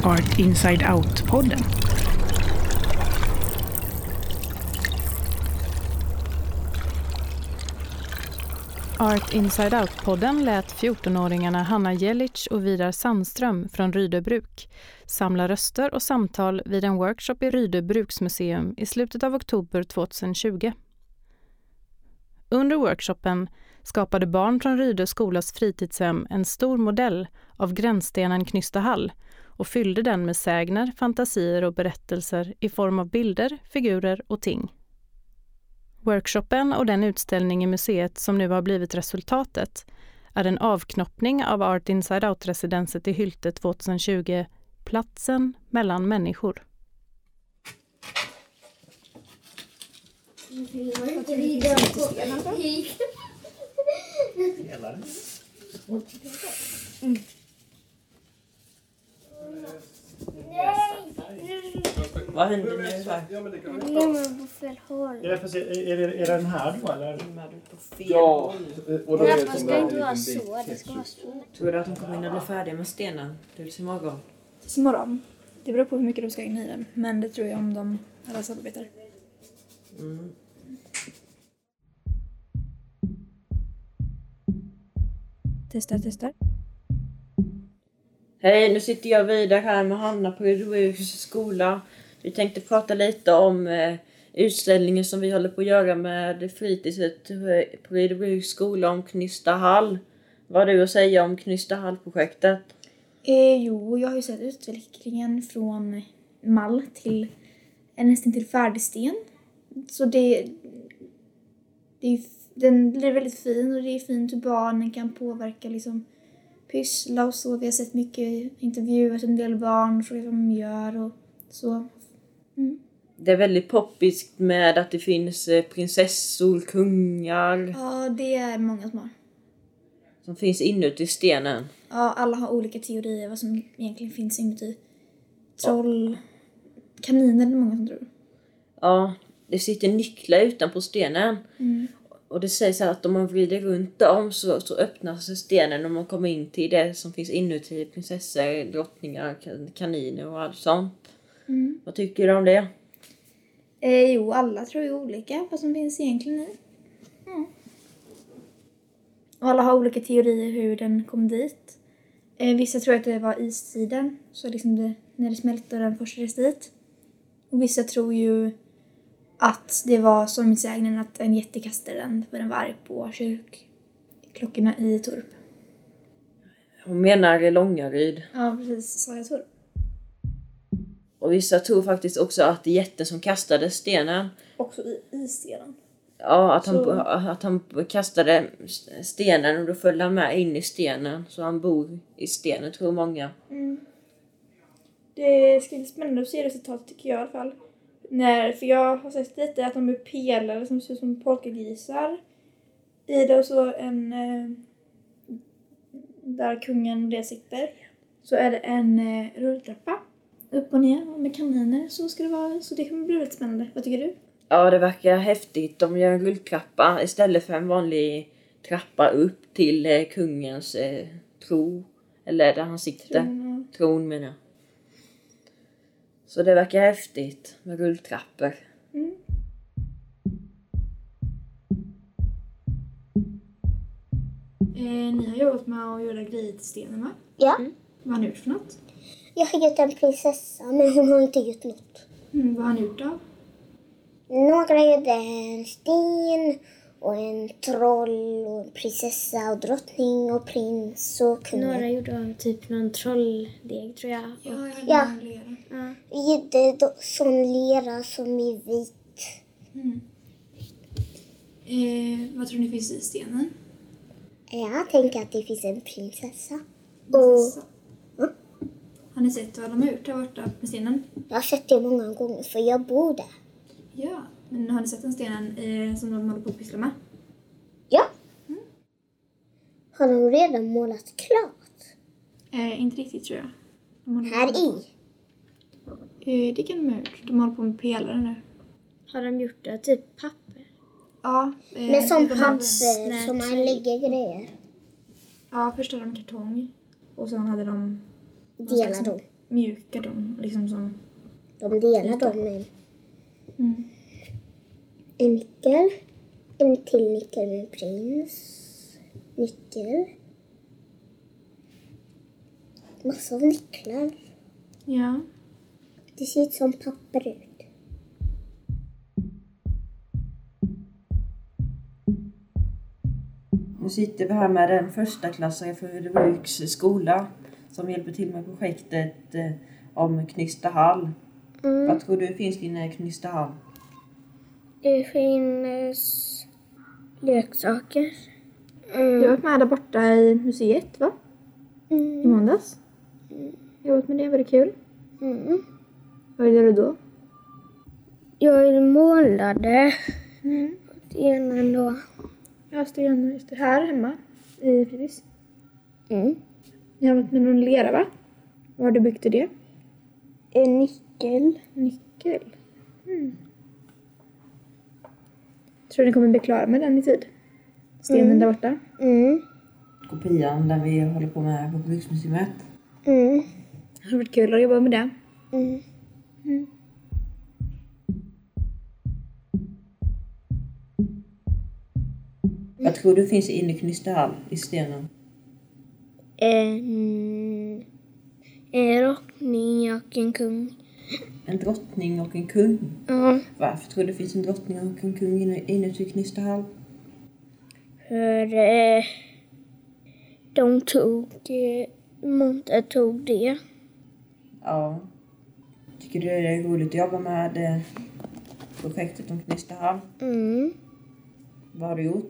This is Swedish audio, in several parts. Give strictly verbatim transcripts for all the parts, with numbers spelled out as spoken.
Art Inside Out-podden. Art Inside Out-podden lät fjortonåringarna Hanna Jelic och Vidar Sandström från Rydö bruk samla röster och samtal vid en workshop i Rydö bruksmuseum i slutet av oktober tjugohundratjugo. Under workshopen skapade barn från Rydö skolas fritidshem en stor modell av gränsstenen Knystahall och fyllde den med sägner, fantasier och berättelser i form av bilder, figurer och ting. Workshopen och den utställning i museet som nu har blivit resultatet är en avknoppning av Art Inside Out-residenset i Hylte tjugohundratjugo, platsen mellan människor. Mm. Vad händer nu här? Nummer på fel håll. Är det, är, det, är det den här då eller? På fel Ja. håll. Och då Det är det som ska inte en vara liten så, det bit ska vara ketchup. så. Tror du att de kommer hinna bli färdiga med stenen tills imorgon? Tills imorgon. Det beror på hur mycket de ska in i den. Men det tror jag om de alla samarbetar. Mm. Testar, testar. Hej, nu sitter jag vidare här med Hanna på Rydöbruks skola. Vi tänkte prata lite om eh, utställningen som vi håller på att göra med fritidset på Rydöbruks skola om Knystahall. Vad har du att säga om Knystahall-projektet? Eh, jo, jag har ju sett utvecklingen från mall till en nästan till färdig sten. Så det, det är, den blir väldigt fin och det är fint hur barnen kan påverka liksom pyssla och så. Vi har sett mycket intervjuer en del barn och frågat vad de gör och så. Mm. Det är väldigt poppigt med att det finns eh, prinsessor, kungar Ja, det är många som har. som finns inuti stenen. Ja, alla har olika teorier vad som egentligen finns inuti. Troll, kaniner, det är många som tror. Ja, det sitter nycklar utanpå stenen. Mm. Och det sägs att om man vrider runt dem så, så öppnas stenen och man kommer in till det som finns inuti. Prinsessor, drottningar, kaniner och allt sånt. Mm. Vad tycker du om det? Eh, jo, alla tror ju olika vad som finns egentligen i. Mm. Och alla har olika teorier hur den kom dit. Eh, vissa tror att det var istiden, så liksom det, när det smälte och den först reste dit. Och vissa tror ju att det var som i sägnen att en jätte kastade den för en varg på kyrkklockorna i Torp. Hon menar Långaryd. Ja, precis. Sa jag Torp? Och vissa tror faktiskt också att det är jätten som kastade stenen. Också i isstenen. Ja, att han, Så- att han kastade stenen och då föll han med in i stenen. Så han bor i stenen, tror många. Mm. Det ska bli spännande att se resultatet tycker jag i alla fall. När, för jag har sett lite att de är pelare som ser ut som polkagrisar. I det och så en... Eh, där kungen och det sitter. Så är det en eh, rulltrappa. Upp och ner och med kaniner. Så ska det vara. Så det kommer bli väldigt spännande. Vad tycker du? Ja, det verkar häftigt. De gör en rulltrappa istället för en vanlig trappa upp till eh, kungens eh, tro. Eller där han sitter. Tron och- Tron menar jag. Så det verkar häftigt med rulltrappor. Mm. Eh, ni har jobbat med att göra grejer till stenen, va? Ja, Vad har ni gjort för något? jag har gjort en prinsessa men hon har inte gjort något. Mm, vad har ni gjort av? Några gjorde en sten och en troll och en prinsessa och drottning och prins och kung. Några gjorde av typ någon trolldeg tror jag. Ja, jag hade Ja. någon lera. Ja. Vi gjorde då, sån lera som är vit. Mm. Eh, vad tror ni finns i stenen? Jag tänker att det finns en prinsessa. Prinsessa. Ja. Har ni sett vad de har gjort där borta med stenen? Jag har sett det många gånger för jag bor där. Ja. Men har ni sett den stenen eh, som de håller på att pyssla med? Ja. Har de redan målat klart? Eh, inte riktigt tror jag. De håller Här på- i? Eh, det kan de ha gjort. De håller på med pelare nu. Har de gjort det? Typ papper? Ja. Eh, Med sån de hade- papper som man lägger grejer. Ja, först hade de kartong. Och sen hade de... Delar dem. mjuka de, liksom som... De delar dem med Mm. en nyckel, en till nyckel med en prins, nyckel. Massa av nycklar. Ja. Det ser ut som papper ut. Nu sitter vi här med den första klassen för Rydebruks skola som hjälper till med projektet eh, om Knystahall. Mm. Vad tror du finns i Knystahall? Det finns leksaker. Du har varit med där borta i museet, va? Mm. I måndags. Jag varit med det, var det kul? Mm. Vad gjorde du då? Jag målade Mm. stenen då. Jag står gärna just det här hemma i fritids. Mm. Jag har varit med någon lera, va? Vad har du byggt i det? En nyckel. Nyckel. Mm. Tror du ni kommer bli klara med den i tid? Stenen Mm. där borta? Mm. Kopian där vi håller på med på Bruksmuseet. Mm. Det har varit kul att jobba med det. Mm. Mm. Vad tror du finns inne i Knystahall i stenen? En, en drottning och en kung. En drottning och en kung. Ja, Varför tror du det finns en drottning och en kung inne- inuti Knystahall? för eh, de tog, eh, Monte tog det. Ja. Tycker du det är roligt att jobba med eh, projektet om Knystahall? Mm. Vad har du gjort?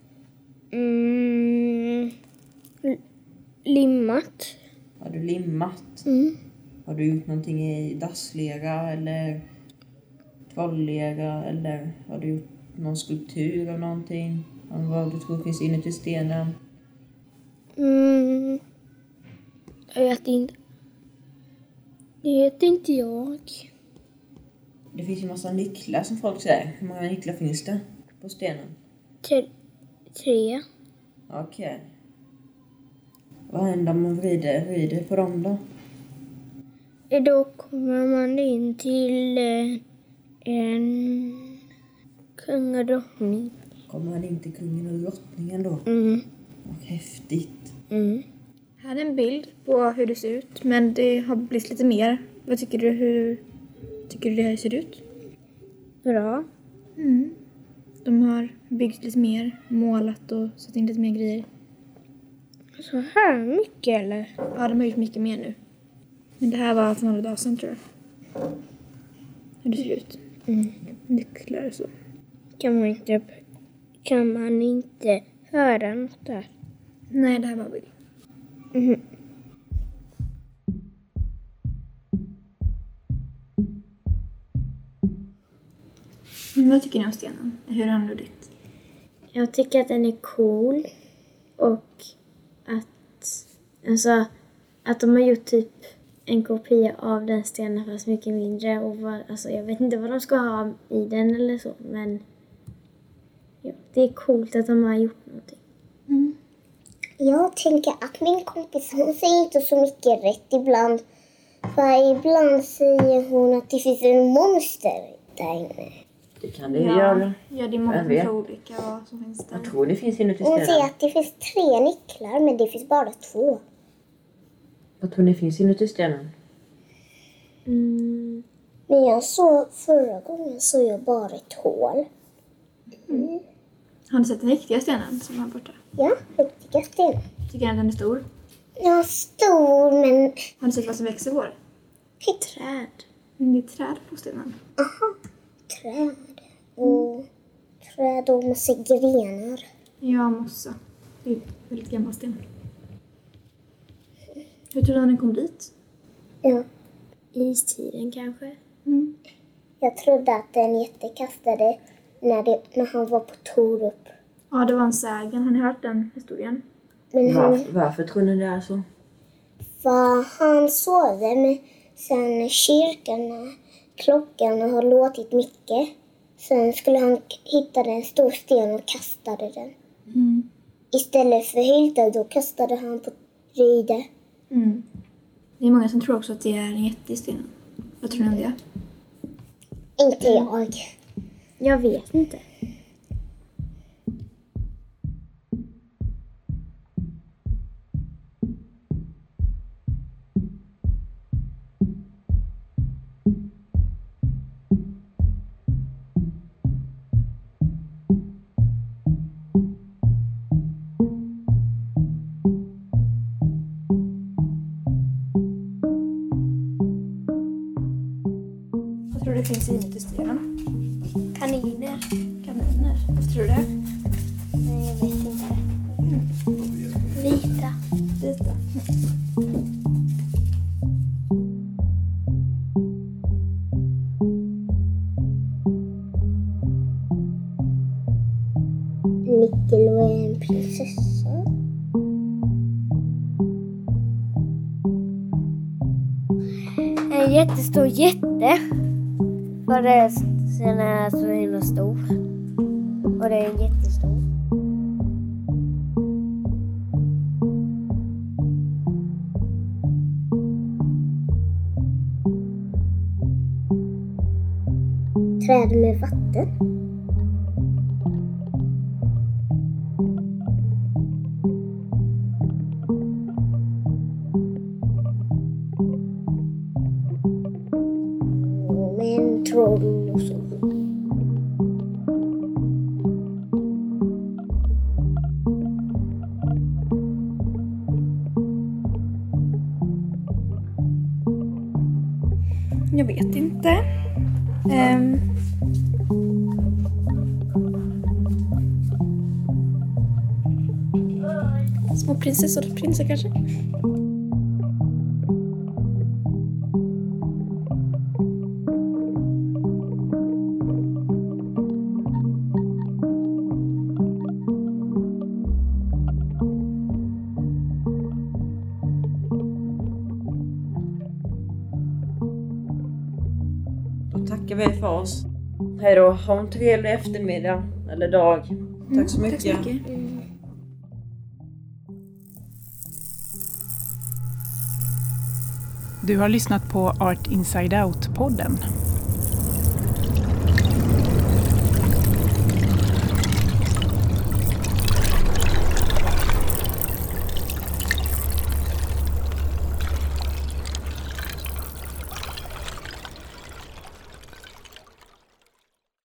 Mm. L- limmat. Har du limmat? Mm. Har du gjort någonting i dasslera eller trolllera eller har du gjort någon skulptur av någonting? Om vad du tror finns inuti stenen? Mm. Jag vet inte. Det vet inte jag. Det finns ju massa nycklar som folk säger. Hur många nycklar finns det på stenen? Tre. tre. Okej. Vad händer om man vrider, vrider på dem då? Då kommer man in till eh, en kung och drottning. Kommer man in till kungen och drottningen då? Mm. Vad häftigt. Mm. Här är en bild på hur det ser ut, men det har blivit lite mer. Vad tycker du? Hur tycker du det här ser ut? Bra. Mm. De har byggt lite mer, målat och satt in lite mer grejer. Så här mycket eller? Ja, de har gjort mycket mer nu. Men det här var för några dagar sedan, tror jag. Hur det ser ut. Mm. Nycklar och så. Kan man inte, kan man inte höra något där? Nej, det här var bild. Mm. Mm, vad tycker ni om stenen? Hur är den gjort? Jag tycker att den är cool och att, alltså, att de har gjort typ en kopia av den stenen fast mycket mindre och vad, alltså, jag vet inte vad de ska ha i den eller så, men ja, det är coolt att de har gjort någonting. Mm. Jag tänker att min kompis, hon säger inte så mycket rätt ibland. För ibland säger hon att det finns en monster där inne. Det kan det ju göra. Ja, det är många Jag som vet. tror olika vad som finns där. Jag tror det finns inuti Hon säger stenen. att det finns tre nycklar men det finns bara två. Vad tror ni finns inuti stenen? Mm. Men jag såg förra gången så jag bara ett hål. Mm. Har du sett den riktiga stenen som var borta? Ja, riktiga sten. Tycker ni att den är stor? Ja, stor men... Har du sett vad som växer på det? Ett träd. Mm, det är träd på stenen. Aha, träd. Och träd och massa grenar. Ja, mossa. Det är väldigt gammal sten. Hur tror du att den kom dit? Ja, Istiden kanske? Mm. jag trodde att en jätte kastade när, det, när han var på Torup. Ja, det var en sägen. Har ni hört den historien? Men han, Varför, varför tror ni det är så? för han sovde med sen kyrkan, klockan har låtit mycket. Sen skulle han hitta en stor sten och kastade den. Mm. Istället för Hilda då kastade han på Ride. Mm. Det är många som tror också att det är en jätte i stenen. Vad tror ni om det? Inte jag. Jag vet inte. Vad tror du finns inuti stenen? Kaniner. Kaniner. Vad tror du? Nej, jag vet inte. Vita. Vita. Nickel och en prinsessa. En jättestor jätte. Och det sen är så himla stor. Och det är en jättestor. Träd med vatten. Med en troll och så. Jag vet inte. Um. Små prinsessor och prinsar kanske. Då tackar vi för oss. Hej då. Ha en trevlig eftermiddag eller dag. Tack så mycket. Tack så mycket. Du har lyssnat på Art Inside Out-podden.